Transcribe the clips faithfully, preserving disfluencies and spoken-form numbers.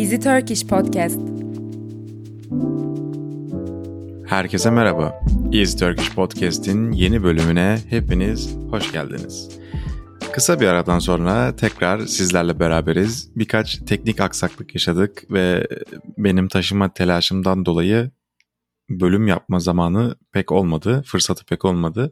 Easy Turkish Podcast. Herkese merhaba. Easy Turkish Podcast'in yeni bölümüne hepiniz hoş geldiniz. Kısa bir aradan sonra tekrar sizlerle beraberiz. Birkaç teknik aksaklık yaşadık ve benim taşıma telaşımdan dolayı bölüm yapma zamanı pek olmadı, fırsatı pek olmadı.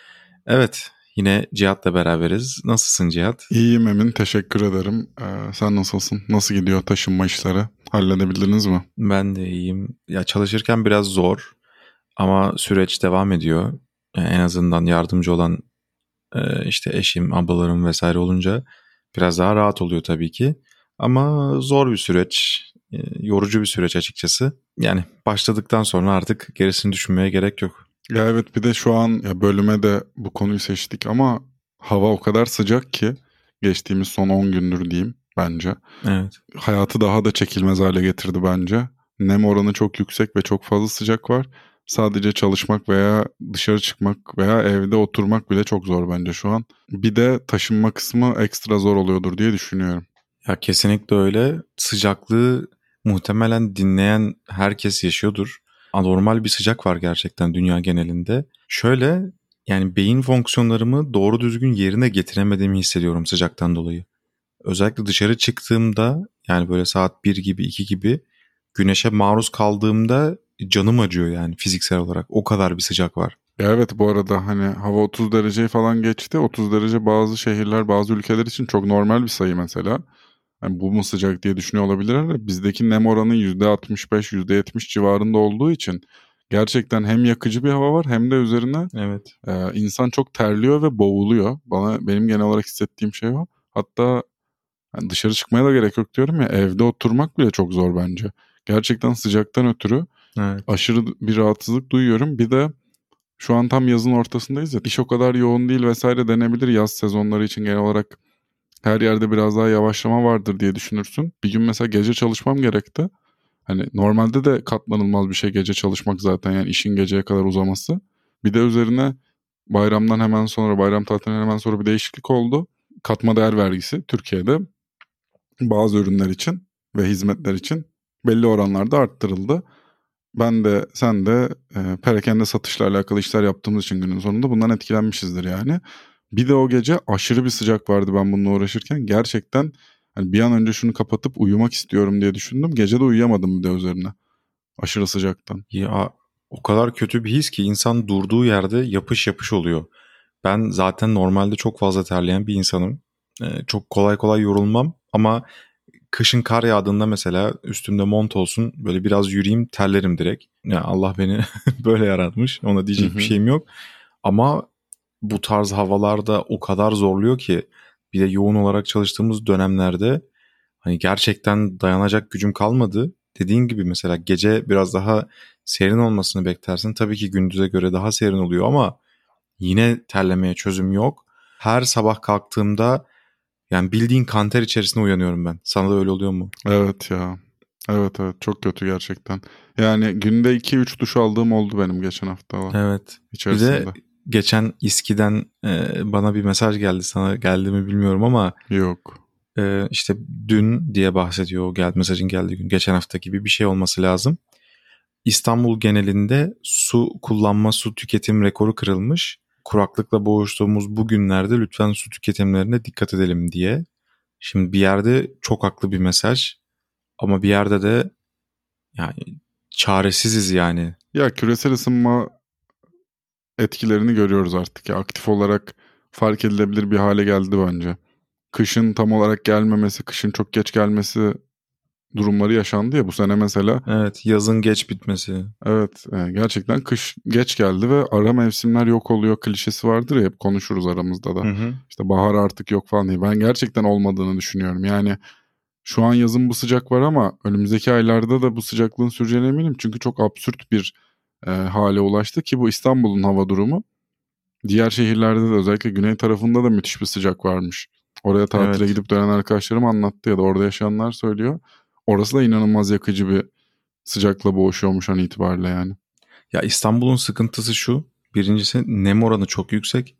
Evet, yine Cihat'la beraberiz. Nasılsın Cihat? İyiyim Emin, teşekkür ederim. Ee, sen nasılsın? Nasıl gidiyor taşınma işleri? Halledebildiniz mi? Ben de iyiyim. Ya çalışırken biraz zor ama süreç devam ediyor. Yani en azından yardımcı olan e, işte eşim, ablalarım vesaire olunca biraz daha rahat oluyor tabii ki. Ama zor bir süreç, e, yorucu bir süreç açıkçası. Yani başladıktan sonra artık gerisini düşünmeye gerek yok. Ya evet, bir de şu an ya bölüme de bu konuyu seçtik ama hava o kadar sıcak ki geçtiğimiz son on gündür diyeyim bence. Evet. Hayatı daha da çekilmez hale getirdi bence. Nem oranı çok yüksek ve çok fazla sıcak var. Sadece çalışmak veya dışarı çıkmak veya evde oturmak bile çok zor bence şu an. Bir de taşınma kısmı ekstra zor oluyordur diye düşünüyorum. Ya kesinlikle öyle. Sıcaklığı muhtemelen dinleyen herkes yaşıyordur. Anormal bir sıcak var gerçekten dünya genelinde. Şöyle, yani beyin fonksiyonlarımı doğru düzgün yerine getiremediğimi hissediyorum sıcaktan dolayı. Özellikle dışarı çıktığımda, yani böyle saat bir gibi iki gibi güneşe maruz kaldığımda canım acıyor yani fiziksel olarak. O kadar bir sıcak var. Ya evet, bu arada hani hava otuz dereceyi falan geçti. otuz derece bazı şehirler, bazı ülkeler için çok normal bir sayı mesela. Hani bu mu sıcak diye düşünüyor olabilirler ama bizdeki nem oranı yüzde altmış beş yüzde yetmiş civarında olduğu için gerçekten hem yakıcı bir hava var hem de üzerine Evet. e, insan çok terliyor ve boğuluyor. Bana benim genel olarak hissettiğim şey o. Hatta hani dışarı çıkmaya da gerek yok diyorum ya, evde oturmak bile çok zor bence. Gerçekten sıcaktan ötürü Evet. aşırı bir rahatsızlık duyuyorum. Bir de şu an tam yazın ortasındayız ya, iş o kadar yoğun değil vesaire denebilir. Yaz sezonları için genel olarak her yerde biraz daha yavaşlama vardır diye düşünürsün. Bir gün mesela gece çalışmam gerekti. Hani normalde de katlanılmaz bir şey gece çalışmak zaten, yani işin geceye kadar uzaması. Bir de üzerine bayramdan hemen sonra, bayram tatilinden hemen sonra bir değişiklik oldu. Katma değer vergisi Türkiye'de bazı ürünler için ve hizmetler için belli oranlarda arttırıldı. Ben de sen de e, perakende satışla alakalı işler yaptığımız için günün sonunda bundan etkilenmişizdir yani. Bir de o gece aşırı bir sıcak vardı ben bununla uğraşırken. Gerçekten hani bir an önce şunu kapatıp uyumak istiyorum diye düşündüm. Gece de uyuyamadım bir de üzerine. Aşırı sıcaktan. Ya o kadar kötü bir his ki insan durduğu yerde yapış yapış oluyor. Ben zaten normalde çok fazla terleyen bir insanım. Ee, çok kolay kolay yorulmam ama kışın kar yağdığında mesela üstümde mont olsun böyle biraz yürüyeyim terlerim direkt. Ya Allah beni böyle yaratmış, ona diyecek Hı bir hı. şeyim yok. Ama bu tarz havalarda o kadar zorluyor ki, bir de yoğun olarak çalıştığımız dönemlerde hani gerçekten dayanacak gücüm kalmadı. Dediğin gibi mesela gece biraz daha serin olmasını beklersin. Tabii ki gündüze göre daha serin oluyor ama yine terlemeye çözüm yok. Her sabah kalktığımda yani bildiğin kanter içerisinde uyanıyorum ben. Sana da öyle oluyor mu? Evet ya. Evet evet, çok kötü gerçekten. Yani günde iki üç duş aldığım oldu benim geçen haftalar Evet. Bir de içerisinde. geçen İSKİ'den e, bana bir mesaj geldi. Sana geldi mi bilmiyorum ama Yok. e, işte dün diye bahsediyor, o gel mesajın geldiği gün. Geçen hafta gibi bir şey olması lazım. İstanbul genelinde su kullanma, su tüketim rekoru kırılmış. Kuraklıkla boğuştuğumuz bu günlerde lütfen su tüketimlerine dikkat edelim diye. Şimdi bir yerde çok haklı bir mesaj ama bir yerde de yani çaresiziz yani. Ya küresel ısınma etkilerini görüyoruz artık ya. Aktif olarak fark edilebilir bir hale geldi bence. Kışın tam olarak gelmemesi, kışın çok geç gelmesi durumları yaşandı ya bu sene mesela. Evet, yazın geç bitmesi. Evet, e, gerçekten kış geç geldi ve ara mevsimler yok oluyor klişesi vardır ya, hep konuşuruz aramızda da. Hı hı. İşte bahar artık yok falan diye. Ben gerçekten olmadığını düşünüyorum. Yani şu an yazın bu sıcak var ama önümüzdeki aylarda da bu sıcaklığın süreceğine eminim. Çünkü çok absürt bir e, hale ulaştı ki bu İstanbul'un hava durumu. Diğer şehirlerde de, özellikle güney tarafında da müthiş bir sıcak varmış. Oraya tatile Evet. gidip dönen arkadaşlarım anlattı ya da orada yaşayanlar söylüyor. Orası da inanılmaz yakıcı bir sıcakla boğuşuyormuş an itibariyle yani. Ya İstanbul'un sıkıntısı şu. Birincisi nem oranı çok yüksek.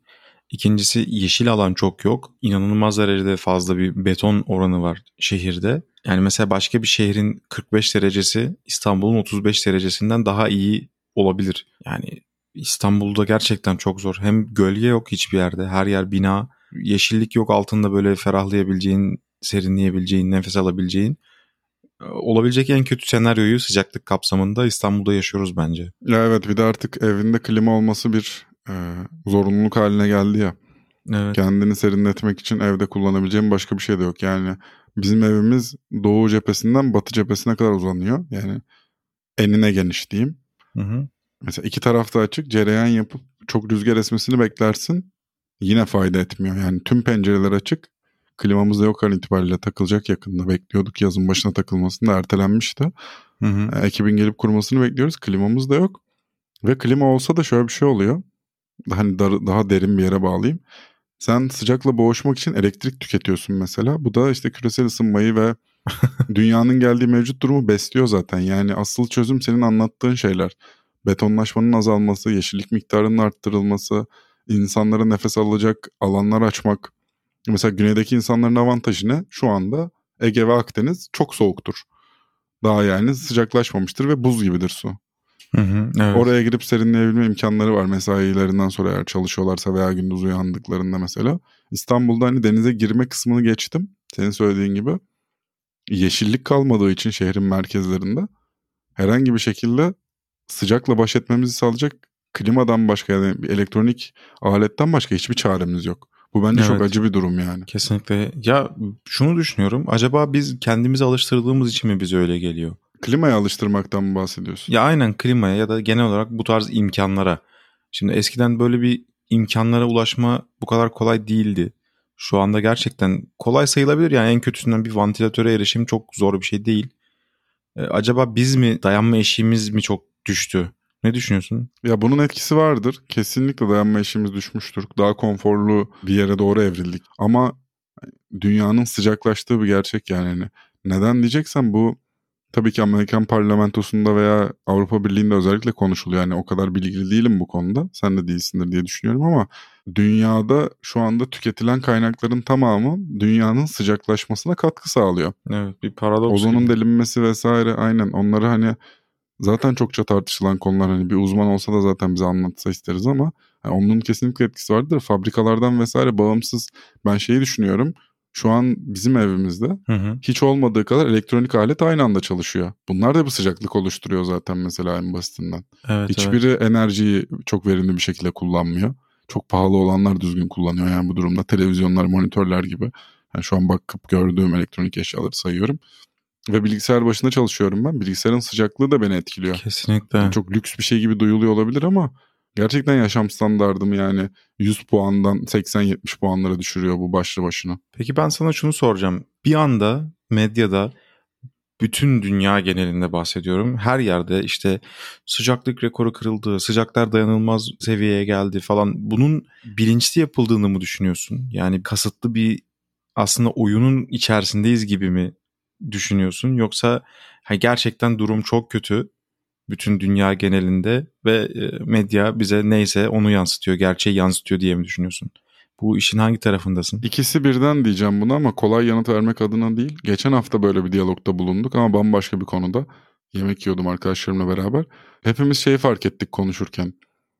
İkincisi yeşil alan çok yok. İnanılmaz derecede fazla bir beton oranı var şehirde. Yani mesela başka bir şehrin kırk beş derecesi İstanbul'un otuz beş derecesinden daha iyi olabilir. Yani İstanbul'da gerçekten çok zor. Hem gölge yok hiçbir yerde. Her yer bina. Yeşillik yok altında böyle ferahlayabileceğin, serinleyebileceğin, nefes alabileceğin. Olabilecek en kötü senaryoyu sıcaklık kapsamında İstanbul'da yaşıyoruz bence. Ya evet, bir de artık evinde klima olması bir e, zorunluluk haline geldi ya. Evet. Kendini serinletmek için evde kullanabileceğim başka bir şey de yok. Yani bizim evimiz doğu cephesinden batı cephesine kadar uzanıyor. Yani enine geniş diyeyim. Hı hı. Mesela iki tarafta açık, cereyan yapıp çok rüzgar esmesini beklersin. Yine fayda etmiyor. Yani tüm pencereler açık. Klimamız da yok an itibariyle, takılacak yakında. Bekliyorduk yazın başına takılmasını da ertelenmişti. Hı hı. E, ekibin gelip kurmasını bekliyoruz. Klimamız da yok. Ve klima olsa da şöyle bir şey oluyor. Hani dar, daha derin bir yere bağlayayım. Sen sıcakla boğuşmak için elektrik tüketiyorsun mesela. Bu da işte küresel ısınmayı ve dünyanın geldiği mevcut durumu besliyor zaten. Yani asıl çözüm senin anlattığın şeyler. Betonlaşmanın azalması, yeşillik miktarının arttırılması, insanlara nefes alacak alanlar açmak. Mesela güneydeki insanların avantajı ne? Şu anda Ege ve Akdeniz çok soğuktur. Daha yani sıcaklaşmamıştır ve buz gibidir su. Hı hı, evet. Oraya girip serinleyebilme imkanları var mesailerinden sonra, eğer çalışıyorlarsa veya gündüz uyandıklarında mesela. İstanbul'da hani denize girme kısmını geçtim. Senin söylediğin gibi. Yeşillik kalmadığı için şehrin merkezlerinde herhangi bir şekilde sıcakla baş etmemizi sağlayacak klimadan başka, yani bir elektronik aletten başka hiçbir çaremiz yok. Bu bence Evet. çok acı bir durum yani. Kesinlikle. Ya şunu düşünüyorum. Acaba biz kendimizi alıştırdığımız için mi bize öyle geliyor? Klimaya alıştırmaktan mı bahsediyorsun? Ya aynen klimaya ya da genel olarak bu tarz imkanlara. Şimdi eskiden böyle bir imkanlara ulaşma bu kadar kolay değildi. Şu anda gerçekten kolay sayılabilir. Yani en kötüsünden bir vantilatöre erişim çok zor bir şey değil. Ee, acaba biz mi, dayanma eşiğimiz mi çok düştü? Ne düşünüyorsun? Ya bunun etkisi vardır. Kesinlikle dayanma eşiğimiz düşmüştür. Daha konforlu bir yere doğru evrildik. Ama dünyanın sıcaklaştığı bir gerçek yani. Hani neden diyeceksen, bu tabii ki Amerikan parlamentosunda veya Avrupa Birliği'nde özellikle konuşuluyor. Yani o kadar bilgili değilim bu konuda. Sen de değilsindir diye düşünüyorum ama dünyada şu anda tüketilen kaynakların tamamı dünyanın sıcaklaşmasına katkı sağlıyor. Evet, bir paradoks Ozonun gibi. delinmesi vesaire, aynen, onları hani zaten çokça tartışılan konular, hani bir uzman olsa da zaten bize anlatsa isteriz ama yani onun kesinlikle etkisi vardır. Fabrikalardan vesaire bağımsız ben şeyi düşünüyorum. Şu an bizim evimizde Hı hı. hiç olmadığı kadar elektronik alet aynı anda çalışıyor. Bunlar da bir sıcaklık oluşturuyor zaten mesela, en basitinden. Evet, Hiçbiri evet. enerjiyi çok verimli bir şekilde kullanmıyor. Çok pahalı olanlar düzgün kullanıyor yani bu durumda. Televizyonlar, monitörler gibi. Yani şu an bakıp gördüğüm elektronik eşyaları sayıyorum. Ve bilgisayar başında çalışıyorum ben. Bilgisayarın sıcaklığı da beni etkiliyor. Kesinlikle. Yani çok lüks bir şey gibi duyuluyor olabilir ama gerçekten yaşam standardımı yani yüz puandan seksen yetmiş puanlara düşürüyor bu başlı başına. Peki ben sana şunu soracağım. Bir anda medyada, bütün dünya genelinde bahsediyorum, her yerde işte sıcaklık rekoru kırıldı, sıcaklar dayanılmaz seviyeye geldi falan. Bunun bilinçli yapıldığını mı düşünüyorsun? Yani kasıtlı bir, aslında oyunun içerisindeyiz gibi mi düşünüyorsun? Yoksa ha, gerçekten durum çok kötü bütün dünya genelinde ve e, medya bize neyse onu yansıtıyor, gerçeği yansıtıyor diye mi düşünüyorsun? Bu işin hangi tarafındasın? İkisi birden diyeceğim buna ama kolay yanıt vermek adına değil. Geçen hafta böyle bir diyalogda bulunduk ama bambaşka bir konuda. Yemek yiyordum arkadaşlarımla beraber. Hepimiz şeyi fark ettik konuşurken.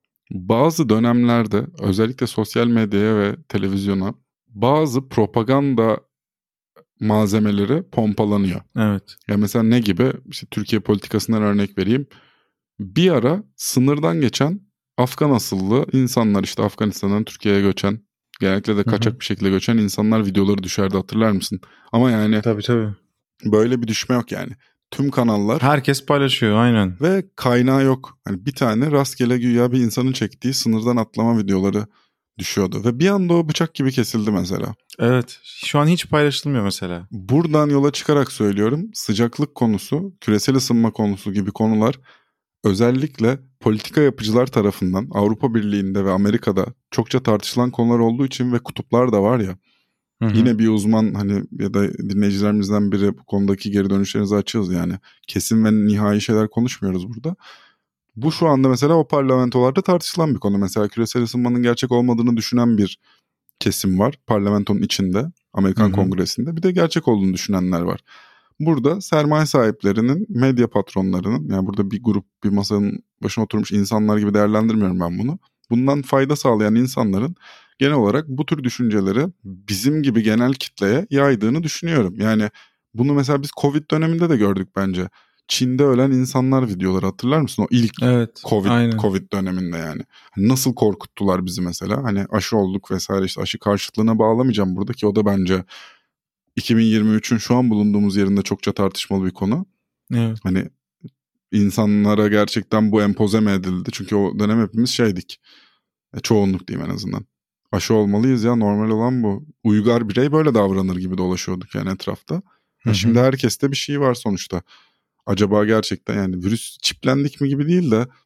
Bazı dönemlerde özellikle sosyal medyaya ve televizyona bazı propaganda malzemeleri pompalanıyor. Evet. Ya mesela ne gibi? İşte Türkiye politikasından örnek vereyim. Bir ara sınırdan geçen Afgan asıllı insanlar, işte Afganistan'dan Türkiye'ye göçen, genellikle de Hı hı. kaçak bir şekilde göçen insanlar videoları düşerdi, hatırlar mısın? Ama yani Tabii tabii. böyle bir düşme yok yani. Tüm kanallar Herkes paylaşıyor aynen. ve kaynağı yok. Hani bir tane rastgele güya bir insanın çektiği sınırdan atlama videoları düşüyordu. Ve bir anda o bıçak gibi kesildi mesela. Evet. Şu an hiç paylaşılmıyor mesela. Buradan yola çıkarak söylüyorum, sıcaklık konusu, küresel ısınma konusu gibi konular özellikle politika yapıcılar tarafından Avrupa Birliği'nde ve Amerika'da çokça tartışılan konular olduğu için ve kutuplar da var ya. Hı hı. Yine bir uzman hani ya da dinleyicilerimizden biri bu konudaki geri dönüşlerinizi açığız yani. Kesin ve nihai şeyler konuşmuyoruz burada. Bu şu anda mesela o parlamentolarda tartışılan bir konu. Mesela küresel ısınmanın gerçek olmadığını düşünen bir kesim var parlamentonun içinde, Amerikan Hı hı. Kongresi'nde. Bir de gerçek olduğunu düşünenler var. Burada sermaye sahiplerinin, medya patronlarının, yani burada bir grup, bir masanın başına oturmuş insanlar gibi değerlendirmiyorum ben bunu. Bundan fayda sağlayan insanların genel olarak bu tür düşünceleri bizim gibi genel kitleye yaydığını düşünüyorum. Yani bunu mesela biz Covid döneminde de gördük bence. Çin'de ölen insanlar videoları, hatırlar mısın? O ilk Evet, Covid aynen. Covid döneminde yani. Nasıl korkuttular bizi mesela. Hani aşı olduk vesaire, işte aşı karşıtlığına bağlamayacağım burada ki o da bence iki bin yirmi üçün şu an bulunduğumuz yerinde çokça tartışmalı bir konu. Evet. Hani insanlara gerçekten bu empoze mi edildi? Çünkü o dönem hepimiz şeydik. E, çoğunluk diyeyim en azından. Aşı olmalıyız ya, normal olan bu. Uygar birey böyle davranır gibi dolaşıyorduk yani etrafta. Hı E şimdi hı. herkeste bir şey var sonuçta. Acaba gerçekten yani virüs çiplendik mi gibi değil de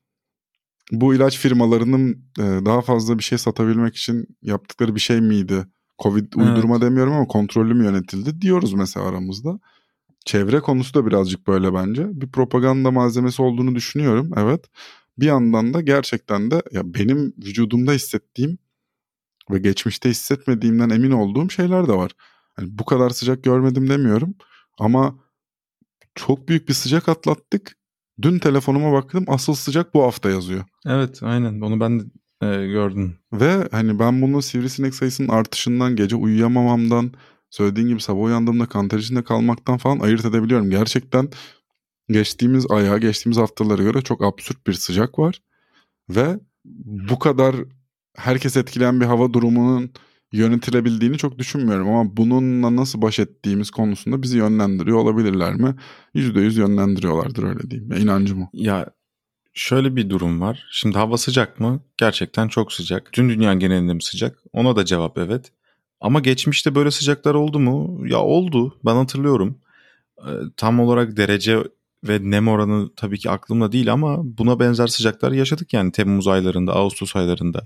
bu ilaç firmalarının e, daha fazla bir şey satabilmek için yaptıkları bir şey miydi? Covid uydurma Evet. demiyorum ama kontrollü mü yönetildi diyoruz mesela aramızda. Çevre konusu da birazcık böyle bence. Bir propaganda malzemesi olduğunu düşünüyorum, evet. Bir yandan da gerçekten de ya benim vücudumda hissettiğim ve geçmişte hissetmediğimden emin olduğum şeyler de var. Hani bu kadar sıcak görmedim demiyorum ama çok büyük bir sıcak atlattık. Dün telefonuma baktım, asıl sıcak bu hafta yazıyor. Evet, aynen. Onu ben de e, gördüm. Ve hani ben bunu sivrisinek sayısının artışından, gece uyuyamamamdan, söylediğin gibi sabah uyandığımda kan ter içinde kalmaktan falan ayırt edebiliyorum. Gerçekten geçtiğimiz aya, geçtiğimiz haftalara göre çok absürt bir sıcak var. Ve bu kadar herkes etkileyen bir hava durumunun yönetilebildiğini çok düşünmüyorum. Ama bununla nasıl baş ettiğimiz konusunda bizi yönlendiriyor olabilirler mi? yüzde yüz yönlendiriyorlardır, öyle diyeyim. Ya, inancım o. Ya şöyle bir durum var. Şimdi hava sıcak mı? Gerçekten çok sıcak. Tüm dünya genelinde mi sıcak? Ona da cevap evet. Ama geçmişte böyle sıcaklar oldu mu? Ya oldu. Ben hatırlıyorum. Ee, tam olarak derece ve nem oranı tabii ki aklımda değil ama buna benzer sıcaklar yaşadık yani Temmuz aylarında, Ağustos aylarında.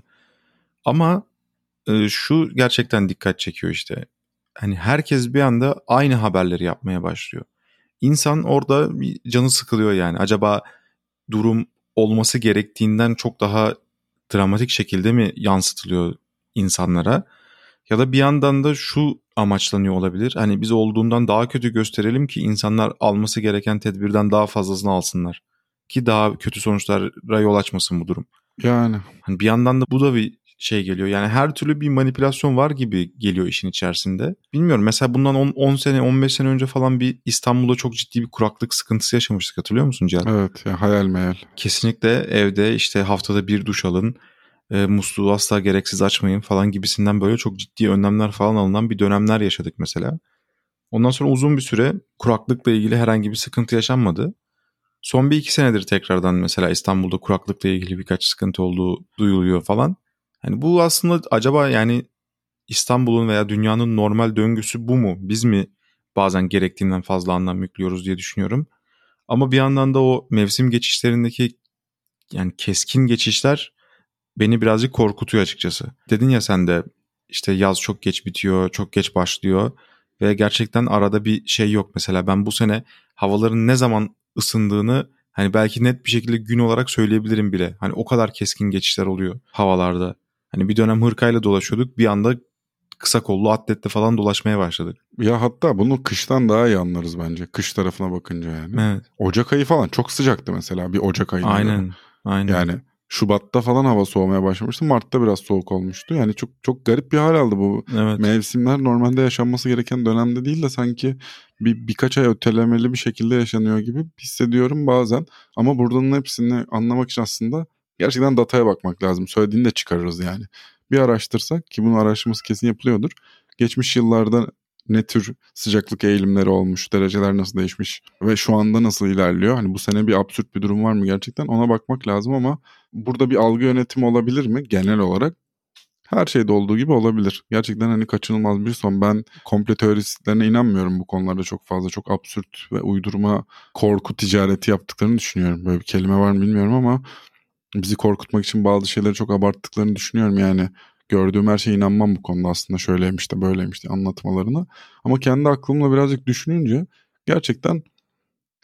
Ama e, şu gerçekten dikkat çekiyor işte. Hani herkes bir anda aynı haberleri yapmaya başlıyor. İnsan orada bir canı sıkılıyor yani. Acaba durum olması gerektiğinden çok daha dramatik şekilde mi yansıtılıyor insanlara? Ya da bir yandan da şu amaçlanıyor olabilir. Hani biz olduğundan daha kötü gösterelim ki insanlar alması gereken tedbirden daha fazlasını alsınlar. Ki daha kötü sonuçlara yol açmasın bu durum. Yani Hani bir yandan da bu da bir şey geliyor. Yani her türlü bir manipülasyon var gibi geliyor işin içerisinde. Bilmiyorum, mesela bundan on sene on beş sene önce falan bir İstanbul'da çok ciddi bir kuraklık sıkıntısı yaşamıştık, hatırlıyor musun Cihat? evet ya, hayal meyal. Kesinlikle evde işte haftada bir duş alın, e, musluğu asla gereksiz açmayın falan gibisinden böyle çok ciddi önlemler falan alınan bir dönemler yaşadık mesela. Ondan sonra uzun bir süre kuraklıkla ilgili herhangi bir sıkıntı yaşanmadı. Son bir iki senedir tekrardan mesela İstanbul'da kuraklıkla ilgili birkaç sıkıntı olduğu duyuluyor falan. Hani bu aslında acaba yani İstanbul'un veya dünyanın normal döngüsü bu mu? Biz mi bazen gerektiğinden fazla anlam yüklüyoruz diye düşünüyorum. Ama bir yandan da o mevsim geçişlerindeki yani keskin geçişler beni birazcık korkutuyor açıkçası. Dedin ya sen de işte yaz çok geç bitiyor, çok geç başlıyor ve gerçekten arada bir şey yok. Mesela ben bu sene havaların ne zaman ısındığını hani belki net bir şekilde gün olarak söyleyebilirim bile. Hani o kadar keskin geçişler oluyor havalarda. Hani bir dönem hırkayla dolaşıyorduk, bir anda kısa kollu atletle falan dolaşmaya başladık. Ya hatta bunu kıştan daha iyi anlarız bence. Kış tarafına bakınca yani. Evet. Ocak ayı falan çok sıcaktı mesela bir Ocak ayına göre. Aynen. Aynen. Yani Şubat'ta falan hava soğumaya başlamıştı. Mart'ta biraz soğuk olmuştu. Yani çok çok garip bir hal aldı bu. Evet. Mevsimler normalde yaşanması gereken dönemde değil de sanki bir birkaç ay ötelemeli bir şekilde yaşanıyor gibi hissediyorum bazen. Ama buradan hepsini anlamak için aslında gerçekten dataya bakmak lazım. Söylediğini de çıkarırız yani. Bir araştırsak, ki bunun araştırması kesin yapılıyordur. Geçmiş yıllarda ne tür sıcaklık eğilimleri olmuş, dereceler nasıl değişmiş ve şu anda nasıl ilerliyor? Hani bu sene bir absürt bir durum var mı gerçekten? Ona bakmak lazım ama burada bir algı yönetimi olabilir mi? Genel olarak her şeyde olduğu gibi olabilir. Gerçekten hani kaçınılmaz bir son. Ben komplo teoristlerine inanmıyorum bu konularda çok fazla. Çok absürt ve uydurma korku ticareti yaptıklarını düşünüyorum. Böyle bir kelime var mı bilmiyorum ama bizi korkutmak için bazı şeyleri çok abarttıklarını düşünüyorum. Yani gördüğüm her şeye inanmam bu konuda, aslında şöyleymiş de böyleymiş de anlatmalarına. Ama kendi aklımla birazcık düşününce gerçekten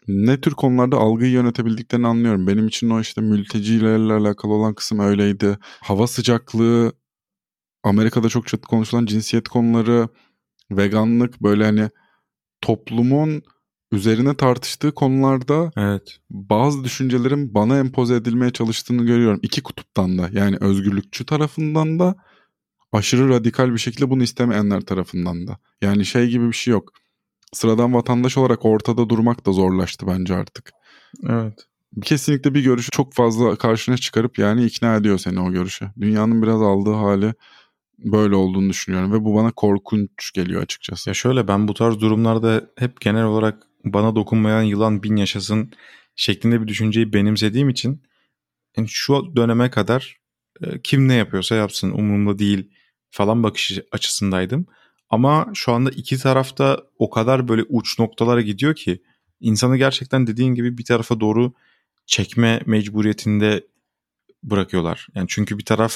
ne tür konularda algıyı yönetebildiklerini anlıyorum. Benim için o işte mültecilerle alakalı olan kısım öyleydi. Hava sıcaklığı, Amerika'da çok çok konuşulan cinsiyet konuları, veganlık, böyle hani toplumun üzerine tartıştığı konularda Evet. bazı düşüncelerin bana empoze edilmeye çalıştığını görüyorum. İki kutuptan da, yani özgürlükçü tarafından da, aşırı radikal bir şekilde bunu istemeyenler tarafından da. Yani şey gibi bir şey yok. Sıradan vatandaş olarak ortada durmak da zorlaştı bence artık. Evet. Kesinlikle bir görüşü çok fazla karşına çıkarıp yani ikna ediyor seni o görüşe. Dünyanın biraz aldığı hali böyle olduğunu düşünüyorum ve bu bana korkunç geliyor açıkçası. Ya şöyle, ben bu tarz durumlarda hep genel olarak bana dokunmayan yılan bin yaşasın şeklinde bir düşünceyi benimsediğim için yani şu döneme kadar e, kim ne yapıyorsa yapsın umurumda değil falan bakış açısındaydım. Ama şu anda iki tarafta o kadar böyle uç noktalara gidiyor ki insanı gerçekten dediğin gibi bir tarafa doğru çekme mecburiyetinde bırakıyorlar. Yani çünkü bir taraf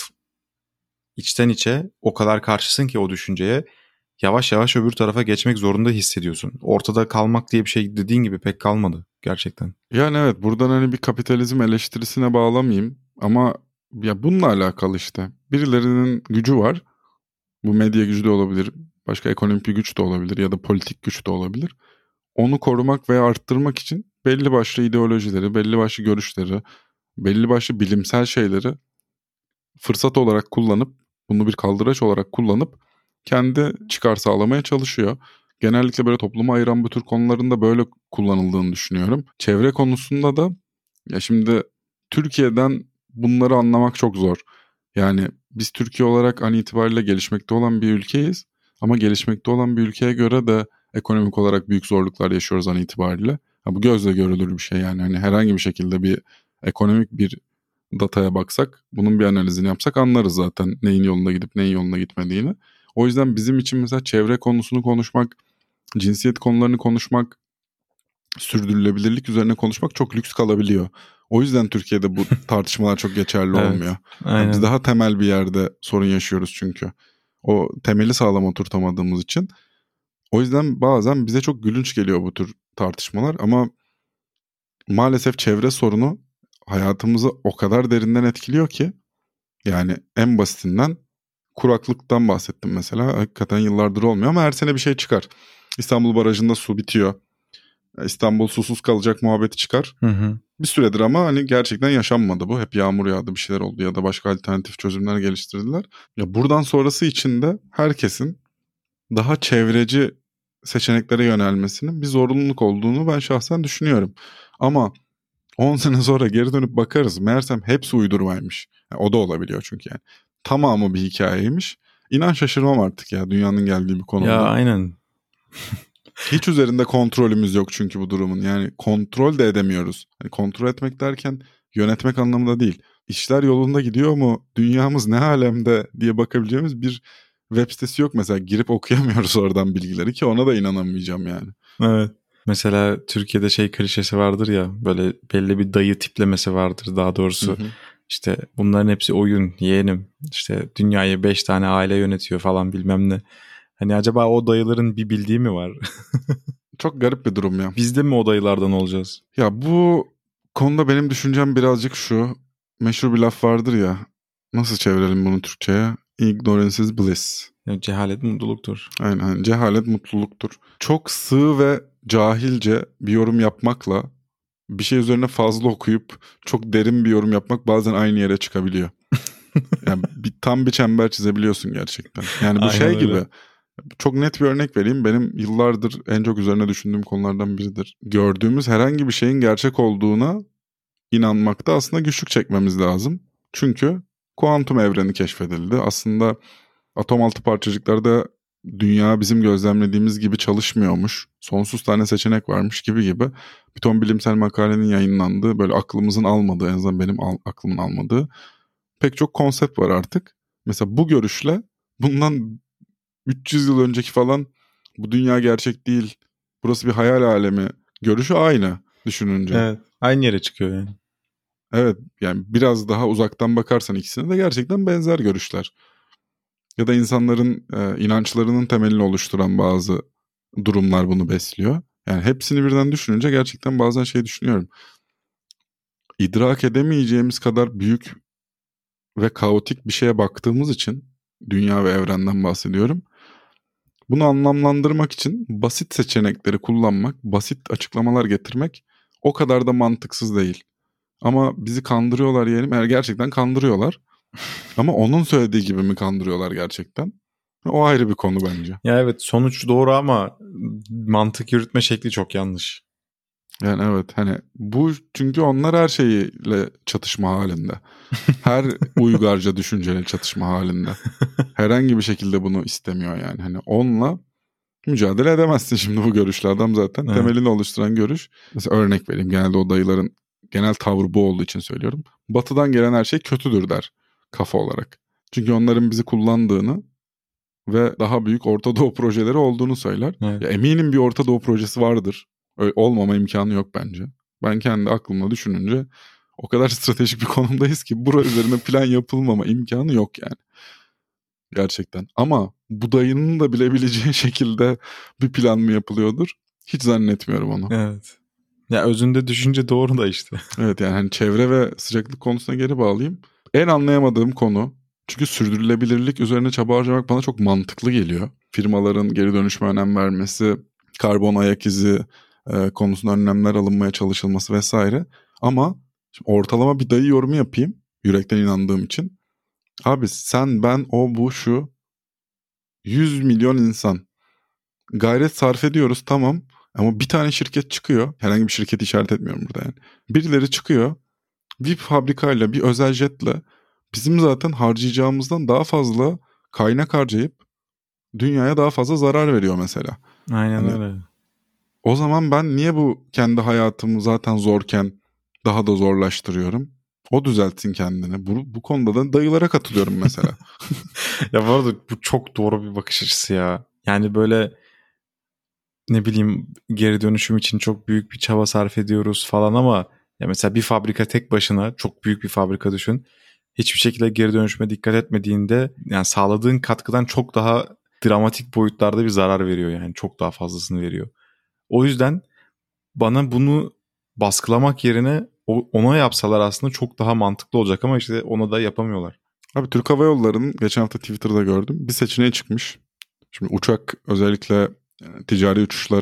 içten içe o kadar karşısın ki o düşünceye, yavaş yavaş öbür tarafa geçmek zorunda hissediyorsun. Ortada kalmak diye bir şey dediğin gibi pek kalmadı gerçekten. Yani evet, buradan hani bir kapitalizm eleştirisine bağlamayayım ama ya bununla alakalı işte. Birilerinin gücü var. Bu medya gücü de olabilir, başka ekonomik bir güç de olabilir ya da politik güç de olabilir. Onu korumak veya arttırmak için belli başlı ideolojileri, belli başlı görüşleri, belli başlı bilimsel şeyleri fırsat olarak kullanıp, bunu bir kaldıraç olarak kullanıp kendi çıkar sağlamaya çalışıyor. Genellikle böyle toplumu ayıran bu tür konuların da böyle kullanıldığını düşünüyorum. Çevre konusunda da ya şimdi Türkiye'den bunları anlamak çok zor. Yani biz Türkiye olarak an itibariyle gelişmekte olan bir ülkeyiz. Ama gelişmekte olan bir ülkeye göre de ekonomik olarak büyük zorluklar yaşıyoruz an itibariyle. Ha, bu gözle görülür bir şey yani. Hani herhangi bir şekilde bir ekonomik bir dataya baksak, bunun bir analizini yapsak anlarız zaten neyin yolunda gidip neyin yolunda gitmediğini. O yüzden bizim için mesela çevre konusunu konuşmak, cinsiyet konularını konuşmak, sürdürülebilirlik üzerine konuşmak çok lüks kalabiliyor. O yüzden Türkiye'de bu tartışmalar çok geçerli Evet, olmuyor. aynen. Yani biz daha temel bir yerde sorun yaşıyoruz çünkü. O temeli sağlam oturtamadığımız için. O yüzden bazen bize çok gülünç geliyor bu tür tartışmalar ama maalesef çevre sorunu hayatımızı o kadar derinden etkiliyor ki, yani en basitinden kuraklıktan bahsettim mesela. Hakikaten yıllardır olmuyor ama her sene bir şey çıkar. İstanbul Barajı'nda su bitiyor. İstanbul susuz kalacak muhabbeti çıkar. Hı hı. Bir süredir ama hani gerçekten yaşanmadı bu. Hep yağmur yağdı, bir şeyler oldu ya da başka alternatif çözümler geliştirdiler. Ya buradan sonrası için de herkesin daha çevreci seçeneklere yönelmesinin bir zorunluluk olduğunu ben şahsen düşünüyorum. Ama on sene sonra geri dönüp bakarız. Meğersem hepsi uydurmaymış. Yani o da olabiliyor çünkü yani. Tamamı bir hikayeymiş. İnan şaşırmam artık ya dünyanın geldiği bir konumda. Ya aynen. Hiç üzerinde kontrolümüz yok çünkü bu durumun. Yani kontrol de edemiyoruz. Yani kontrol etmek derken yönetmek anlamında değil. İşler yolunda gidiyor mu? Dünyamız ne alemde diye bakabileceğimiz bir web sitesi yok mesela. Girip okuyamıyoruz oradan bilgileri ki ona da inanamayacağım yani. Evet. Mesela Türkiye'de şey klişesi vardır ya, böyle belli bir dayı tiplemesi vardır daha doğrusu. Hı hı. İşte bunların hepsi oyun yeğenim. İşte dünyayı beş tane aile yönetiyor falan bilmem ne. Hani acaba o dayıların bir bildiği mi var? Çok garip bir durum ya. Biz de mi o dayılardan olacağız? Ya bu konuda benim düşüncem birazcık şu. Meşhur bir laf vardır ya. Nasıl çevirelim bunu Türkçe'ye? Ignorance is bliss. Ya cehalet mutluluktur. Aynen, cehalet mutluluktur. Çok sığ ve cahilce bir yorum yapmakla bir şey üzerine fazla okuyup çok derin bir yorum yapmak bazen aynı yere çıkabiliyor. Yani bir, tam bir çember çizebiliyorsun gerçekten. Yani bu Aynen şey öyle. gibi. Çok net bir örnek vereyim. Benim yıllardır en çok üzerine düşündüğüm konulardan biridir. Gördüğümüz herhangi bir şeyin gerçek olduğuna inanmakta aslında güçlük çekmemiz lazım. Çünkü kuantum evreni keşfedildi. Aslında atom altı parçacıklarda dünya bizim gözlemlediğimiz gibi çalışmıyormuş. Sonsuz tane seçenek varmış gibi gibi. Bir ton bilimsel makalenin yayınlandığı, böyle aklımızın almadığı, en azından benim al, aklımın almadığı pek çok konsept var artık. Mesela bu görüşle bundan üç yüz yıl önceki falan bu dünya gerçek değil, burası bir hayal alemi görüşü aynı düşününce. Evet. Aynı yere çıkıyor yani. Evet, yani biraz daha uzaktan bakarsan ikisine de gerçekten benzer görüşler. Ya da insanların e, inançlarının temelini oluşturan bazı durumlar bunu besliyor. Yani hepsini birden düşününce gerçekten bazen şey düşünüyorum. İdrak edemeyeceğimiz kadar büyük ve kaotik bir şeye baktığımız için, dünya ve evrenden bahsediyorum. Bunu anlamlandırmak için basit seçenekleri kullanmak, basit açıklamalar getirmek o kadar da mantıksız değil. Ama bizi kandırıyorlar diyelim. Yani gerçekten kandırıyorlar. Ama onun söylediği gibi mi kandırıyorlar gerçekten? O ayrı bir konu bence. Ya evet, sonuç doğru ama mantık yürütme şekli çok yanlış. Yani evet, hani bu çünkü onlar her şeyle çatışma halinde. Her uygarca düşünceyle çatışma halinde. Herhangi bir şekilde bunu istemiyor yani. Hani onunla mücadele edemezsin şimdi bu görüşle. Adam zaten Evet. temelini oluşturan görüş. Mesela örnek vereyim, genelde o dayıların genel tavrı bu olduğu için söylüyorum. Batıdan gelen her şey kötüdür der kafa olarak. Çünkü onların bizi kullandığını ve daha büyük Orta Doğu projeleri olduğunu söyler. Evet. Ya eminim bir Orta Doğu projesi vardır. Öyle olmama imkanı yok bence. Ben kendi aklımla düşününce o kadar stratejik bir konumdayız ki bura üzerine plan yapılmama imkanı yok yani. Gerçekten. Ama bu dayının da bilebileceği şekilde bir plan mı yapılıyordur? Hiç zannetmiyorum onu. Evet. Ya özünde düşünce doğru da işte. Evet, yani hani çevre ve sıcaklık konusuna geri bağlayayım. En anlayamadığım konu, çünkü sürdürülebilirlik üzerine çaba harcamak bana çok mantıklı geliyor. Firmaların geri dönüşüme önem vermesi, karbon ayak izi e, konusunda önlemler alınmaya çalışılması vesaire. Ama şimdi ortalama bir dayı yorumu yapayım, yürekten inandığım için. Abi sen, ben, o, bu, şu yüz milyon insan gayret sarf ediyoruz, tamam, ama bir tane şirket çıkıyor. Herhangi bir şirketi işaret etmiyorum burada yani. Birileri çıkıyor. Bir fabrikayla, bir özel jetle bizim zaten harcayacağımızdan daha fazla kaynak harcayıp dünyaya daha fazla zarar veriyor mesela. Aynen Hani öyle. o zaman ben niye bu kendi hayatımı zaten zorken daha da zorlaştırıyorum? O düzeltsin kendini. Bu, bu konuda da dayılara katılıyorum mesela. Ya bu arada bu çok doğru bir bakış açısı ya. Yani böyle ne bileyim, geri dönüşüm için çok büyük bir çaba sarf ediyoruz falan ama ya mesela bir fabrika tek başına, çok büyük bir fabrika düşün, hiçbir şekilde geri dönüşüme dikkat etmediğinde yani sağladığın katkıdan çok daha dramatik boyutlarda bir zarar veriyor, yani çok daha fazlasını veriyor. O yüzden bana bunu baskılamak yerine ona yapsalar aslında çok daha mantıklı olacak ama işte ona da yapamıyorlar. Abi Türk Hava Yolları'nın geçen hafta Twitter'da gördüm. Bir seçeneği çıkmış. Şimdi uçak, özellikle yani ticari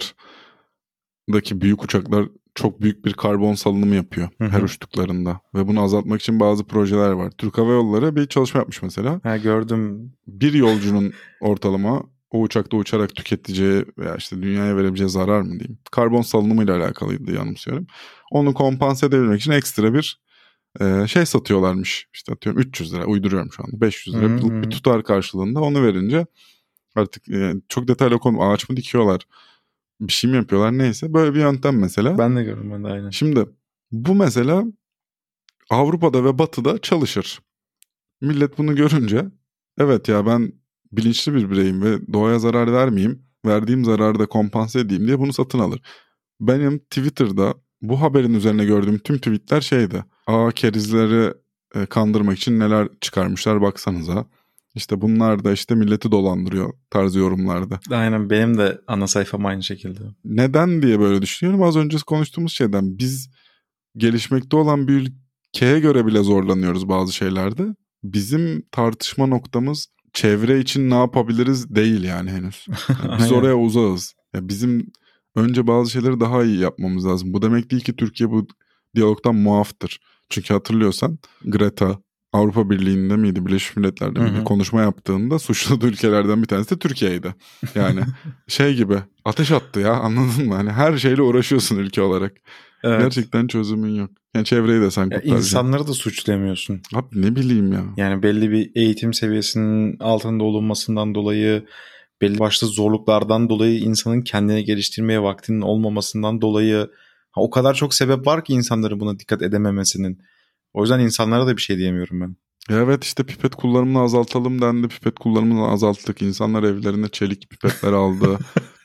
uçuşlardaki büyük uçaklar çok büyük bir karbon salınımı yapıyor Hı hı. her uçtuklarında. Ve bunu azaltmak için bazı projeler var. Türk Hava Yolları bir çalışma yapmış mesela. Ha, gördüm. Bir yolcunun ortalama o uçakta uçarak tüketeceği veya işte dünyaya verebileceği zarar mı diyeyim, karbon salınımıyla alakalıydı yanılmıyorum. Onu kompanse edebilmek için ekstra bir e, şey satıyorlarmış. İşte atıyorum üç yüz lira, uyduruyorum şu anda, beş yüz lira Hı hı. bir tutar karşılığında onu verince artık e, çok detaylı konu, ağaç mı dikiyorlar, bir şey mi yapıyorlar, neyse, böyle bir yöntem mesela. Ben de gördüm, ben de aynen. Şimdi bu mesela Avrupa'da ve Batı'da çalışır. Millet bunu görünce evet ya, ben bilinçli bir bireyim ve doğaya zarar vermeyeyim, verdiğim zararı da kompanse edeyim diye bunu satın alır. Benim Twitter'da bu haberin üzerine gördüğüm tüm tweetler şeydi. Aa, kerizleri e, kandırmak için neler çıkarmışlar baksanıza. İşte bunlar da işte milleti dolandırıyor tarzı yorumlarda. Aynen, benim de ana sayfam aynı şekilde. Neden diye böyle düşünüyorum. Az önce konuştuğumuz şeyden, biz gelişmekte olan bir ülkeye göre bile zorlanıyoruz bazı şeylerde. Bizim tartışma noktamız çevre için ne yapabiliriz değil yani henüz. Yani biz oraya uzağız. Ya bizim önce bazı şeyleri daha iyi yapmamız lazım. Bu demek değil ki Türkiye bu diyalogtan muaftır. Çünkü hatırlıyorsan Greta Avrupa Birliği'nde miydi, Birleşmiş Milletler'de miydi, konuşma yaptığında suçladığı ülkelerden bir tanesi de Türkiye'ydi. Yani şey gibi ateş attı ya, anladın mı? Hani her şeyle uğraşıyorsun ülke olarak. Evet. Gerçekten çözümün yok. Yani çevreyi de sen kurtaracaksın. İnsanları da suçlayamıyorsun. Abi ne bileyim ya. Yani belli bir eğitim seviyesinin altında olunmasından dolayı, belli başlı zorluklardan dolayı, insanın kendine geliştirmeye vaktinin olmamasından dolayı ha, o kadar çok sebep var ki insanların buna dikkat edememesinin. O yüzden insanlara da bir şey diyemiyorum ben. Evet, işte pipet kullanımını azaltalım dendi. Pipet kullanımını azalttık. İnsanlar evlerine çelik pipetler aldı.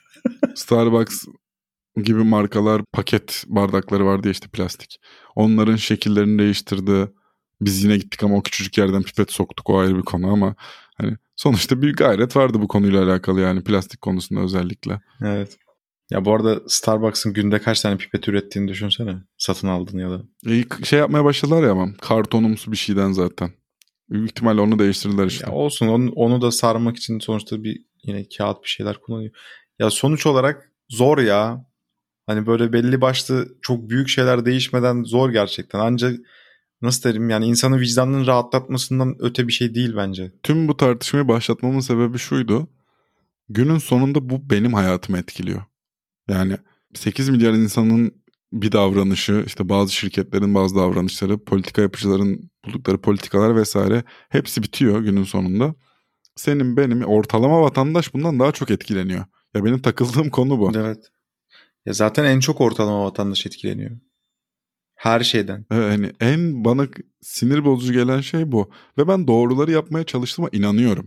Starbucks gibi markalar paket bardakları vardı ya, işte plastik. Onların şekillerini değiştirdi. Biz yine gittik ama o küçücük yerden pipet soktuk, o ayrı bir konu ama hani sonuçta bir gayret vardı bu konuyla alakalı, yani plastik konusunda özellikle. Evet. Ya bu arada Starbucks'ın günde kaç tane pipet ürettiğini düşünsene. Satın aldın ya da. İyi şey yapmaya başladılar ya ama kartonumsu bir şeyden zaten. Büyük ihtimalle onu değiştirdiler işte. Ya olsun onu, onu da sarmak için sonuçta bir yine kağıt bir şeyler kullanıyor. Ya sonuç olarak zor ya. Hani böyle belli başlı çok büyük şeyler değişmeden zor gerçekten. Ancak nasıl derim yani insanın vicdanını rahatlatmasından öte bir şey değil bence. Tüm bu tartışmayı başlatmamın sebebi şuydu. Günün sonunda bu benim hayatımı etkiliyor. Yani sekiz milyar insanın bir davranışı, işte bazı şirketlerin bazı davranışları, politika yapıcıların buldukları politikalar vesaire hepsi bitiyor günün sonunda. Senin benim ortalama vatandaş bundan daha çok etkileniyor. Ya benim takıldığım konu bu. Evet. Ya zaten en çok ortalama vatandaş etkileniyor. Her şeyden. Evet, hani en bana sinir bozucu gelen şey bu. Ve ben doğruları yapmaya çalıştığıma inanıyorum.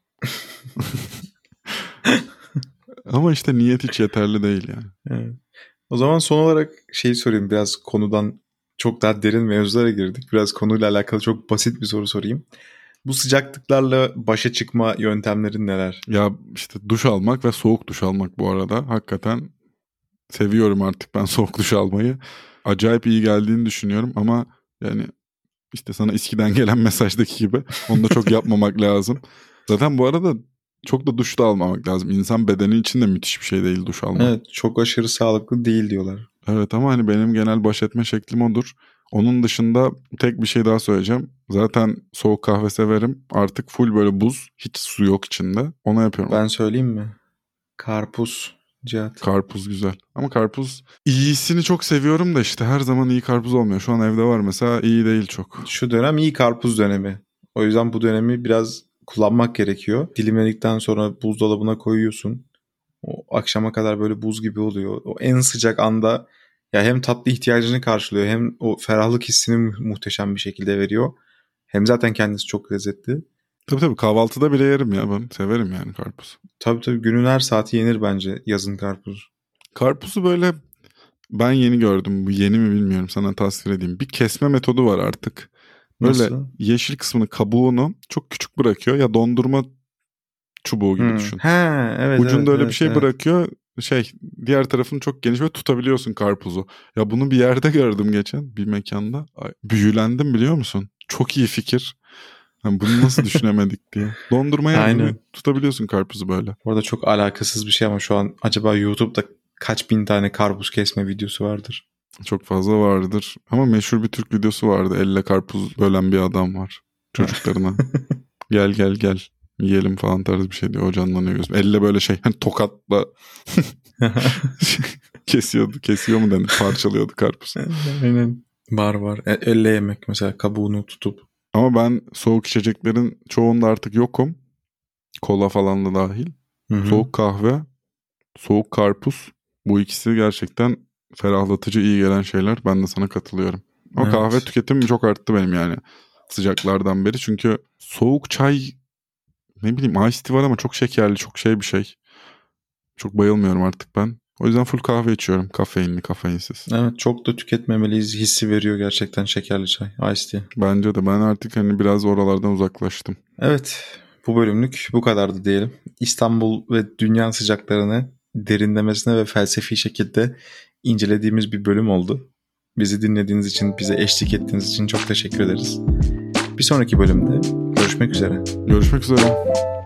Ama işte niyet hiç yeterli değil yani. Evet. O zaman son olarak şeyi sorayım. Biraz konudan çok daha derin mevzulara girdik. Biraz konuyla alakalı çok basit bir soru sorayım. Bu sıcaklıklarla başa çıkma yöntemlerin neler? Ya işte duş almak ve soğuk duş almak bu arada. Hakikaten seviyorum artık ben soğuk duş almayı. Acayip iyi geldiğini düşünüyorum ama yani işte sana İSKİ'den gelen mesajdaki gibi onu da çok yapmamak lazım. Zaten bu arada çok da duş da almamak lazım. İnsan bedeni için de müthiş bir şey değil duş almak. Evet, çok aşırı sağlıklı değil diyorlar. Evet ama hani benim genel baş etme şeklim odur. Onun dışında tek bir şey daha söyleyeceğim. Zaten soğuk kahve severim. Artık full böyle buz. Hiç su yok içinde. Onu yapıyorum. Ben söyleyeyim mi? Karpuz. Cihat. Karpuz güzel. Ama karpuz iyisini çok seviyorum da işte her zaman iyi karpuz olmuyor. Şu an evde var mesela iyi değil çok. Şu dönem iyi karpuz dönemi. O yüzden bu dönemi biraz kullanmak gerekiyor. Dilimledikten sonra buzdolabına koyuyorsun. O akşama kadar böyle buz gibi oluyor. O en sıcak anda ya hem tatlı ihtiyacını karşılıyor hem o ferahlık hissini mu- muhteşem bir şekilde veriyor. Hem zaten kendisi çok lezzetli. Tabii tabii kahvaltıda bile yerim ya ben. Severim yani karpuz. Tabii tabii günün her saati yenir bence yazın karpuz. Karpuzu böyle ben yeni gördüm. Bu yeni mi bilmiyorum sana tasvir edeyim. Bir kesme metodu var artık. Böyle Nasıl? yeşil kısmını kabuğunu çok küçük bırakıyor ya dondurma çubuğu gibi Hmm. düşün. He, evet, Ucunda evet, öyle evet, bir şey evet. bırakıyor. Şey diğer tarafını çok geniş ve tutabiliyorsun karpuzu. Ya bunu bir yerde gördüm geçen bir mekanda. Ay, büyülendim biliyor musun? Çok iyi fikir. Yani bunu nasıl düşünemedik diye. Dondurmaya Aynen. tutabiliyorsun karpuzu böyle. Bu arada çok alakasız bir şey ama şu an acaba YouTube'da kaç bin tane karpuz kesme videosu vardır? Çok fazla vardır. Ama meşhur bir Türk videosu vardı. Elle karpuz bölen bir adam var. Çocuklarına. Gel gel gel. Yiyelim falan tarzı bir şey diyor. O canlanıyor gözüm. Elle böyle şey hani tokatla kesiyordu. Kesiyor mu denir? Parçalıyordu karpuz. Aynen. Var var. E- elle yemek mesela kabuğunu tutup. Ama ben soğuk içeceklerin çoğunda artık yokum. Kola falan da dahil. Hı-hı. Soğuk kahve, soğuk karpuz. Bu ikisi gerçekten ferahlatıcı, iyi gelen şeyler. Ben de sana katılıyorum. Ama Evet. kahve tüketimim çok arttı benim yani sıcaklardan beri. Çünkü soğuk çay, ne bileyim iced tea var ama çok şekerli, çok şey bir şey. Çok bayılmıyorum artık ben. O yüzden full kahve içiyorum. Kafeinli, kafeinsiz. Evet, çok da tüketmemeliyiz hissi veriyor gerçekten şekerli çay. Iced tea. Bence de ben artık hani biraz oralardan uzaklaştım. Evet, bu bölümlük bu kadardı diyelim. İstanbul ve dünya sıcaklarını derinlemesine ve felsefi şekilde incelediğimiz bir bölüm oldu. Bizi dinlediğiniz için, bize eşlik ettiğiniz için çok teşekkür ederiz. Bir sonraki bölümde görüşmek üzere. Görüşmek üzere.